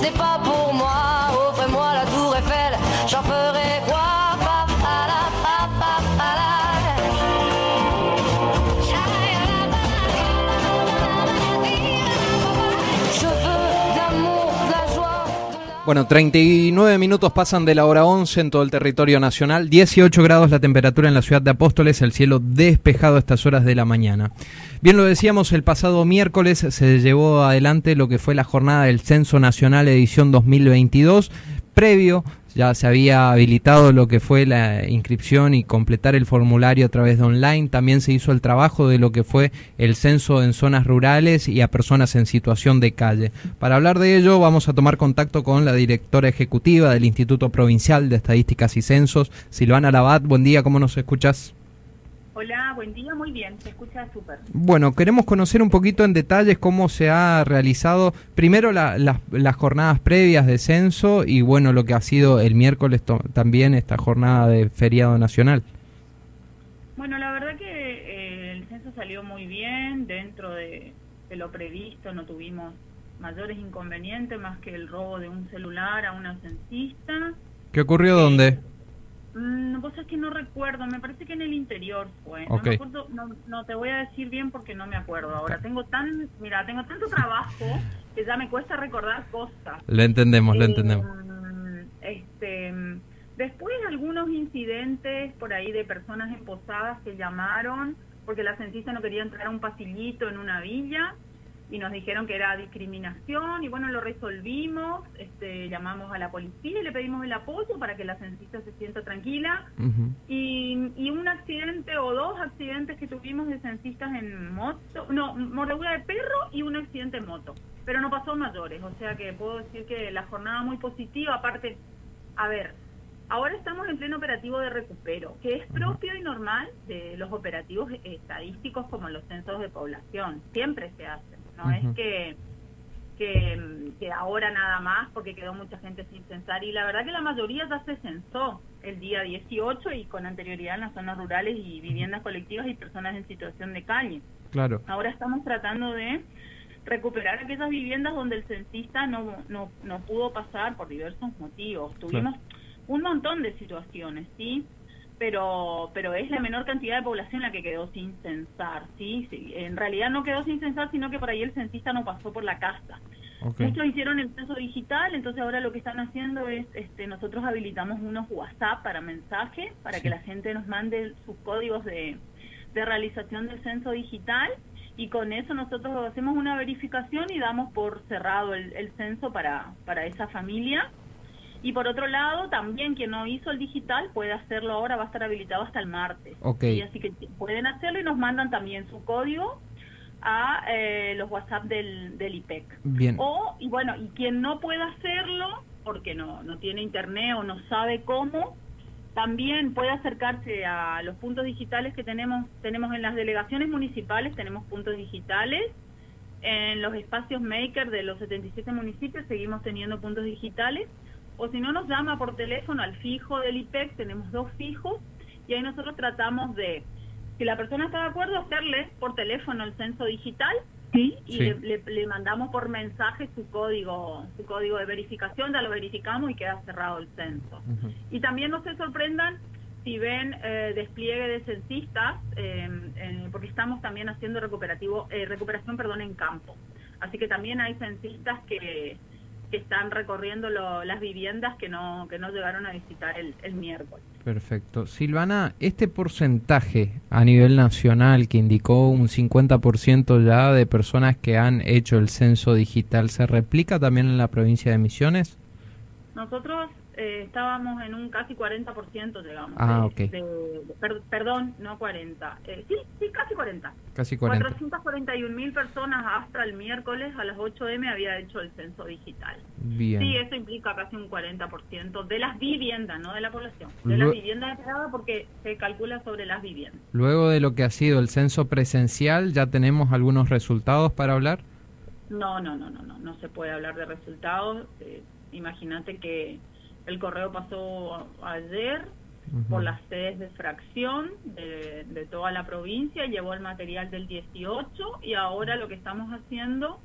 c'est pas pour moi. Offrez-moi la tour Eiffel, j'en ferai quoi? Bueno, 39 minutos pasan de la hora 11 en todo el territorio nacional, 18 grados la temperatura en la ciudad de Apóstoles, el cielo despejado a estas horas de la mañana. Bien lo decíamos, el pasado miércoles se llevó adelante lo que fue la jornada del Censo Nacional edición 2022, previo ya se había habilitado lo que fue la inscripción y completar el formulario a través de online. También se hizo el trabajo de lo que fue el censo en zonas rurales y a personas en situación de calle. Para hablar de ello vamos a tomar contacto con la directora ejecutiva del Instituto Provincial de Estadísticas y Censos, Silvana Labat. Buen día, ¿cómo nos escuchas? Hola, buen día, muy bien, se escucha súper. Bueno, queremos conocer un poquito en detalles cómo se ha realizado primero las jornadas previas de censo y bueno, lo que ha sido el miércoles también esta jornada de feriado nacional. Bueno, la verdad que el censo salió muy bien, dentro de lo previsto, no tuvimos mayores inconvenientes más que el robo de un celular a una censista. ¿Qué ocurrió dónde? Vos sabés que no recuerdo, me parece que en el interior fue. Okay. No me acuerdo, no te voy a decir bien porque no me acuerdo ahora. Tengo tanto trabajo que ya me cuesta recordar cosas. Lo entendemos. Después algunos incidentes por ahí de personas emposadas que llamaron porque la censista no quería entrar a un pasillito en una villa y nos dijeron que era discriminación y bueno, lo resolvimos, llamamos a la policía y le pedimos el apoyo para que la censista se sienta tranquila. Uh-huh. Y un accidente o dos accidentes que tuvimos de censistas en moto, mordedura de perro y un accidente en moto, pero no pasó mayores, o sea que puedo decir que la jornada muy positiva. Aparte, a ver, ahora estamos en pleno operativo de recupero, que es propio y normal de los operativos estadísticos como los censos de población, siempre se hacen. No es que ahora nada más porque quedó mucha gente sin censar y la verdad que la mayoría ya se censó el día 18 y con anterioridad en las zonas rurales y viviendas colectivas y personas en situación de calle. Claro. Ahora estamos tratando de recuperar aquellas viviendas donde el censista no pudo pasar por diversos motivos. Tuvimos un montón de situaciones, ¿sí? Pero es la menor cantidad de población la que quedó sin censar, ¿sí? En realidad no quedó sin censar, sino que por ahí el censista no pasó por la casa. Okay. Muchos hicieron el censo digital, entonces ahora lo que están haciendo es, nosotros habilitamos unos WhatsApp para mensajes, para que la gente nos mande sus códigos de realización del censo digital, y con eso nosotros hacemos una verificación y damos por cerrado el censo para esa familia. Y por otro lado, también quien no hizo el digital puede hacerlo ahora, va a estar habilitado hasta el martes. Okay. ¿Sí? Así que pueden hacerlo y nos mandan también su código a los WhatsApp del IPEC. Bien. Y quien no pueda hacerlo, porque no tiene internet o no sabe cómo, también puede acercarse a los puntos digitales que tenemos en las delegaciones municipales, tenemos puntos digitales. En los espacios Maker de los 77 municipios seguimos teniendo puntos digitales. O si no, nos llama por teléfono al fijo del IPEC, tenemos 2 fijos, y ahí nosotros tratamos de, si la persona está de acuerdo, hacerle por teléfono el censo digital, ¿sí? Y sí. Le mandamos por mensaje su código de verificación, ya lo verificamos y queda cerrado el censo. Uh-huh. Y también no se sorprendan si ven despliegue de censistas, porque estamos también haciendo recuperación en campo. Así que también hay censistas que están recorriendo las viviendas que no llegaron a visitar el miércoles. Perfecto. Silvana, este porcentaje a nivel nacional que indicó un 50% ya de personas que han hecho el censo digital, ¿se replica también en la provincia de Misiones? Nosotros estábamos en un casi 40%, llegamos. Okay. Perdón, no 40. Sí, casi 40. Casi 40. 441.000 personas hasta el miércoles a las 8 m había hecho el censo digital. Bien. Sí, eso implica casi un 40% de las viviendas, no de la población. De las viviendas esperadas, porque se calcula sobre las viviendas. Luego de lo que ha sido el censo presencial, ¿ya tenemos algunos resultados para hablar? No se puede hablar de resultados. Imagínate que el correo pasó ayer por las sedes de fracción de toda la provincia, llevó el material del 18 y ahora lo que estamos haciendo,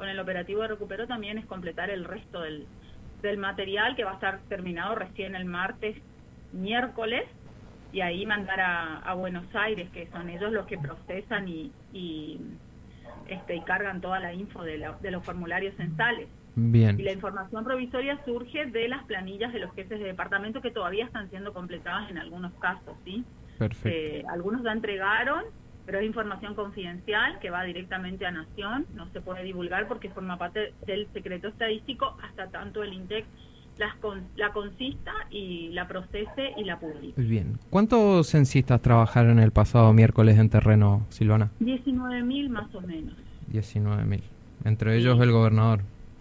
con el operativo de Recupero también es completar el resto del material, que va a estar terminado recién el martes, miércoles, y ahí mandar a Buenos Aires, que son ellos los que procesan y cargan toda la info de los formularios censales. Bien. Y la información provisoria surge de las planillas de los jefes de departamento, que todavía están siendo completadas en algunos casos, ¿sí? Perfecto. Algunos ya entregaron, pero es información confidencial que va directamente a Nación, no se puede divulgar porque forma parte del secreto estadístico hasta tanto el INDEC la consista y la procese y la publique. Bien. ¿Cuántos censistas trabajaron el pasado miércoles en terreno, Silvana? 19.000 más o menos. 19.000. Entre ellos el gobernador.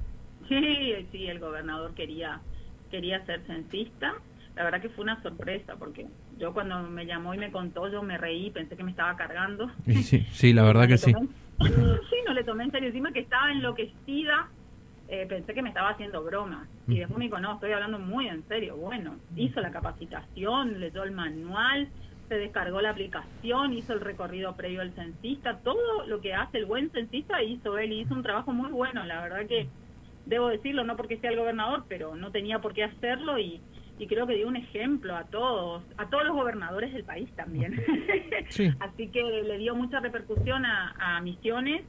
Sí, el gobernador quería ser censista. La verdad que fue una sorpresa, porque yo cuando me llamó y me contó, yo me reí, pensé que me estaba cargando. Y sí, la verdad que sí. Sí, no le tomé en serio, encima que estaba enloquecida, pensé que me estaba haciendo broma. Y después me dijo, no, estoy hablando muy en serio. Bueno, hizo la capacitación, leyó el manual, se descargó la aplicación, hizo el recorrido previo al censista, todo lo que hace el buen censista hizo él, y hizo un trabajo muy bueno, la verdad que debo decirlo, no porque sea el gobernador, pero no tenía por qué hacerlo, y creo que dio un ejemplo a todos los gobernadores del país también. Sí. Así que le dio mucha repercusión a Misiones,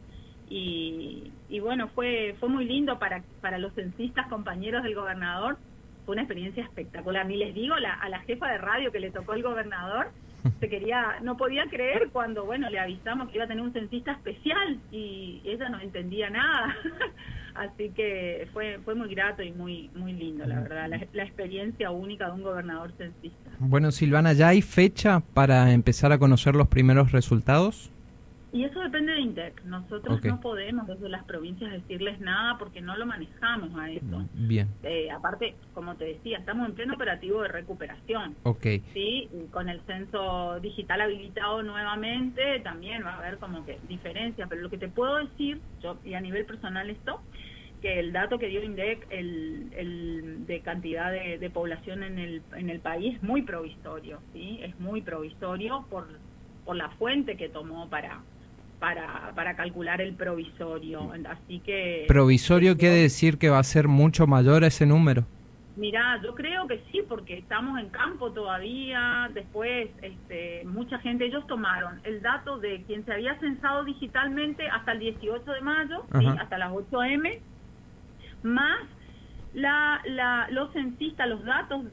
y bueno, fue muy lindo para los censistas, compañeros del gobernador. Fue una experiencia espectacular. Ni les digo, a la jefa de radio que le tocó el gobernador, no podía creer cuando, bueno, le avisamos que iba a tener un censista especial, y ella no entendía nada. Así que fue muy grato y muy lindo, la verdad, la experiencia única de un gobernador censista. Bueno, Silvana, ¿ya hay fecha para empezar a conocer los primeros resultados? Y eso depende de INDEC. Nosotros Okay. no podemos desde las provincias decirles nada porque no lo manejamos a eso. Bien. Aparte, como te decía, estamos en pleno operativo de recuperación. Okay. Sí, y con el censo digital habilitado nuevamente también va a haber como que diferencias, pero lo que te puedo decir, yo y a nivel personal esto, que el dato que dio INDEC, el de cantidad de población en el país, es muy provisorio, ¿sí? Es muy provisorio por la fuente que tomó para calcular el provisorio. Así que... ¿Provisorio quiere decir que va a ser mucho mayor ese número? Mirá, yo creo que sí, porque estamos en campo todavía. Después, mucha gente, ellos tomaron el dato de quien se había censado digitalmente hasta el 18 de mayo, ¿sí? Hasta las 8 m, más los censistas, los datos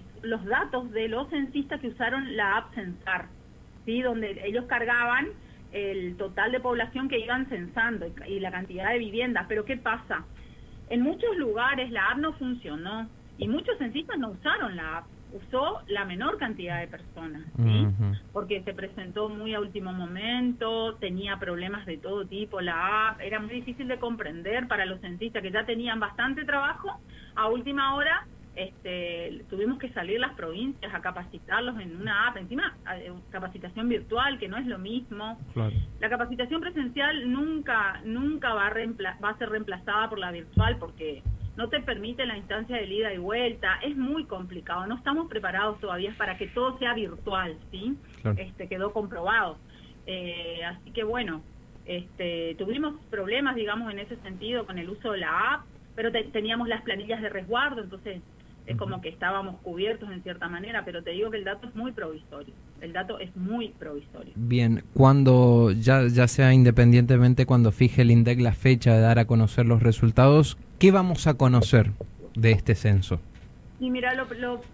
de los censistas que usaron la app Censar, ¿sí? Donde ellos cargaban el total de población que iban censando y la cantidad de viviendas. Pero ¿qué pasa? En muchos lugares la app no funcionó y muchos censistas no usaron la app, usó la menor cantidad de personas, ¿sí? Porque se presentó muy a último momento, tenía problemas de todo tipo la app, era muy difícil de comprender para los censistas que ya tenían bastante trabajo. A última hora tuvimos que salir las provincias a capacitarlos en una app, encima capacitación virtual, que no es lo mismo. Claro. La capacitación presencial nunca va a ser reemplazada por la virtual, porque no te permite la instancia de ida y vuelta, es muy complicado, no estamos preparados todavía para que todo sea virtual, ¿sí? Claro. Quedó comprobado. Así que bueno, tuvimos problemas, digamos, en ese sentido con el uso de la app, pero teníamos las planillas de resguardo, entonces es como que estábamos cubiertos en cierta manera, pero te digo que el dato es muy provisorio. El dato es muy provisorio. Bien, cuando ya sea independientemente, cuando fije el INDEC la fecha de dar a conocer los resultados, ¿qué vamos a conocer de este censo? Y mira, los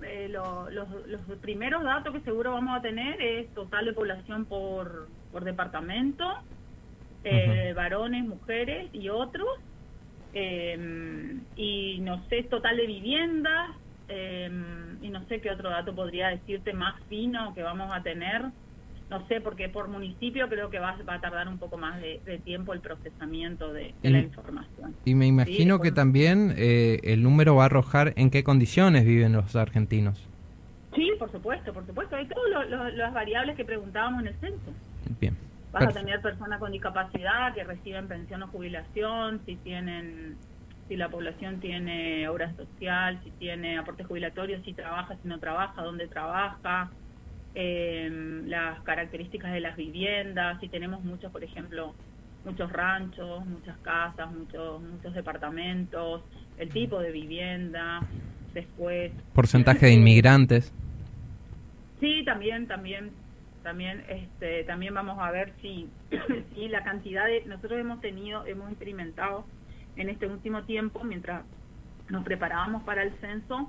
primeros datos que seguro vamos a tener es total de población por departamento, varones, mujeres y otros, y no sé, total de viviendas, y no sé qué otro dato podría decirte más fino que vamos a tener. No sé, porque por municipio creo que va a tardar un poco más de tiempo el procesamiento de la información. Y me imagino que también el número va a arrojar en qué condiciones viven los argentinos. Sí, por supuesto. Hay todas las variables que preguntábamos en el censo. Bien. Vas a tener personas con discapacidad que reciben pensión o jubilación, si la población tiene obra social, si tiene aporte jubilatorio, si trabaja, si no trabaja, dónde trabaja, las características de las viviendas, si tenemos muchos, por ejemplo, muchos ranchos, muchas casas, muchos departamentos, el tipo de vivienda, después... Porcentaje de inmigrantes. Sí, también vamos a ver si la cantidad de... Nosotros hemos experimentado en este último tiempo, mientras nos preparábamos para el censo,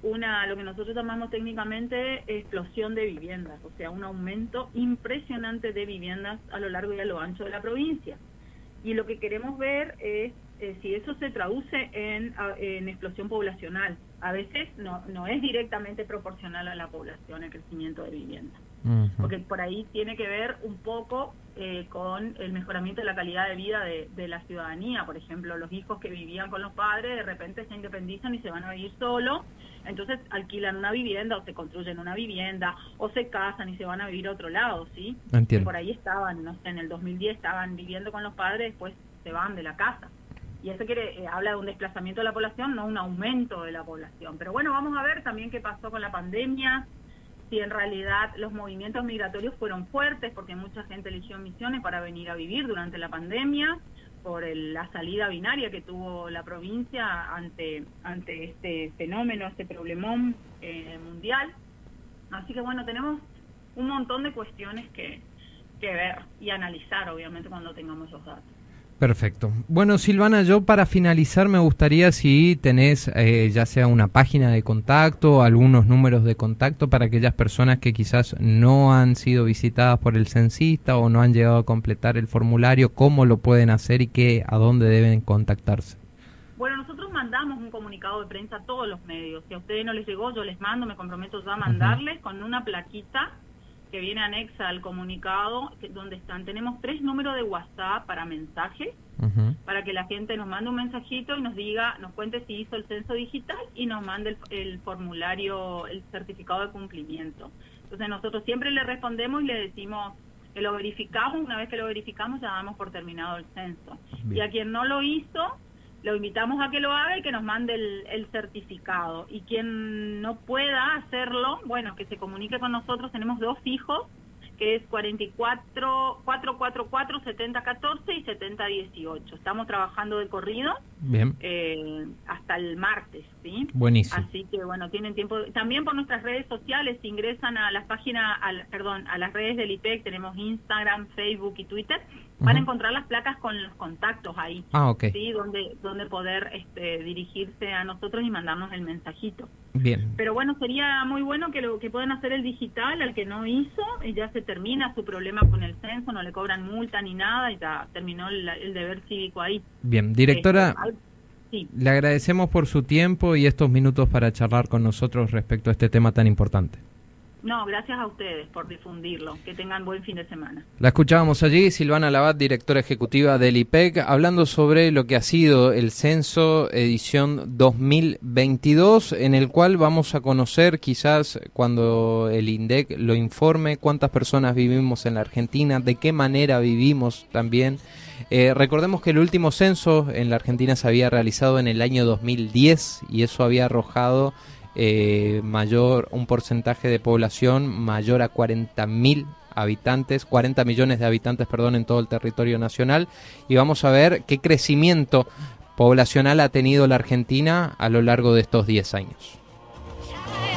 lo que nosotros llamamos técnicamente explosión de viviendas, o sea, un aumento impresionante de viviendas a lo largo y a lo ancho de la provincia. Y lo que queremos ver es si eso se traduce en explosión poblacional. A veces no es directamente proporcional a la población el crecimiento de viviendas. Porque por ahí tiene que ver un poco con el mejoramiento de la calidad de vida de la ciudadanía. Por ejemplo, los hijos que vivían con los padres de repente se independizan y se van a vivir solos, entonces alquilan una vivienda o se construyen una vivienda o se casan y se van a vivir a otro lado, ¿sí? Entiendo. Por ahí estaban, no sé, en el 2010 estaban viviendo con los padres, después se van de la casa. Y eso habla de un desplazamiento de la población, no un aumento de la población. Pero bueno, vamos a ver también qué pasó con la pandemia, si en realidad los movimientos migratorios fueron fuertes, porque mucha gente eligió Misiones para venir a vivir durante la pandemia, por la salida binaria que tuvo la provincia ante este fenómeno, este problemón mundial. Así que bueno, tenemos un montón de cuestiones que ver y analizar, obviamente, cuando tengamos los datos. Perfecto. Bueno, Silvana, yo para finalizar me gustaría si tenés ya sea una página de contacto, algunos números de contacto para aquellas personas que quizás no han sido visitadas por el censista o no han llegado a completar el formulario, cómo lo pueden hacer y a dónde deben contactarse. Bueno, nosotros mandamos un comunicado de prensa a todos los medios. Si a ustedes no les llegó, yo les mando, me comprometo ya a mandarles con una plaquita que viene anexa al comunicado, donde tenemos 3 números de WhatsApp para mensajes, para que la gente nos mande un mensajito y nos cuente si hizo el censo digital y nos mande el formulario, el certificado de cumplimiento. Entonces nosotros siempre le respondemos y le decimos que lo verificamos. Una vez que lo verificamos ya damos por terminado el censo. Bien. Y a quien no lo hizo, lo invitamos a que lo haga y que nos mande el certificado. Y quien no pueda hacerlo, bueno, que se comunique con nosotros. Tenemos 2 fijos, que es 444-7014 y 7018. Estamos trabajando de corrido. Bien. Hasta el martes, ¿sí? Buenísimo. Así que, bueno, tienen tiempo. También por nuestras redes sociales, si ingresan a las páginas, a las redes del IPEC, tenemos Instagram, Facebook y Twitter, van a encontrar las placas con los contactos ahí. Ok. ¿Sí? Donde poder dirigirse a nosotros y mandarnos el mensajito. Bien. Pero bueno, sería muy bueno que puedan hacer el digital al que no hizo, y ya se termina su problema con el censo, no le cobran multa ni nada, y ya terminó el deber cívico ahí. Bien, directora, sí. Le agradecemos por su tiempo y estos minutos para charlar con nosotros respecto a este tema tan importante. No, gracias a ustedes por difundirlo. Que tengan buen fin de semana. La escuchábamos allí, Silvana Labat, directora ejecutiva del IPEC, hablando sobre lo que ha sido el censo edición 2022, en el cual vamos a conocer, quizás cuando el INDEC lo informe, cuántas personas vivimos en la Argentina, de qué manera vivimos también. Recordemos que el último censo en la Argentina se había realizado en el año 2010 y eso había arrojado un porcentaje de población mayor a 40 millones de habitantes, en todo el territorio nacional, y vamos a ver qué crecimiento poblacional ha tenido la Argentina a lo largo de estos 10 años.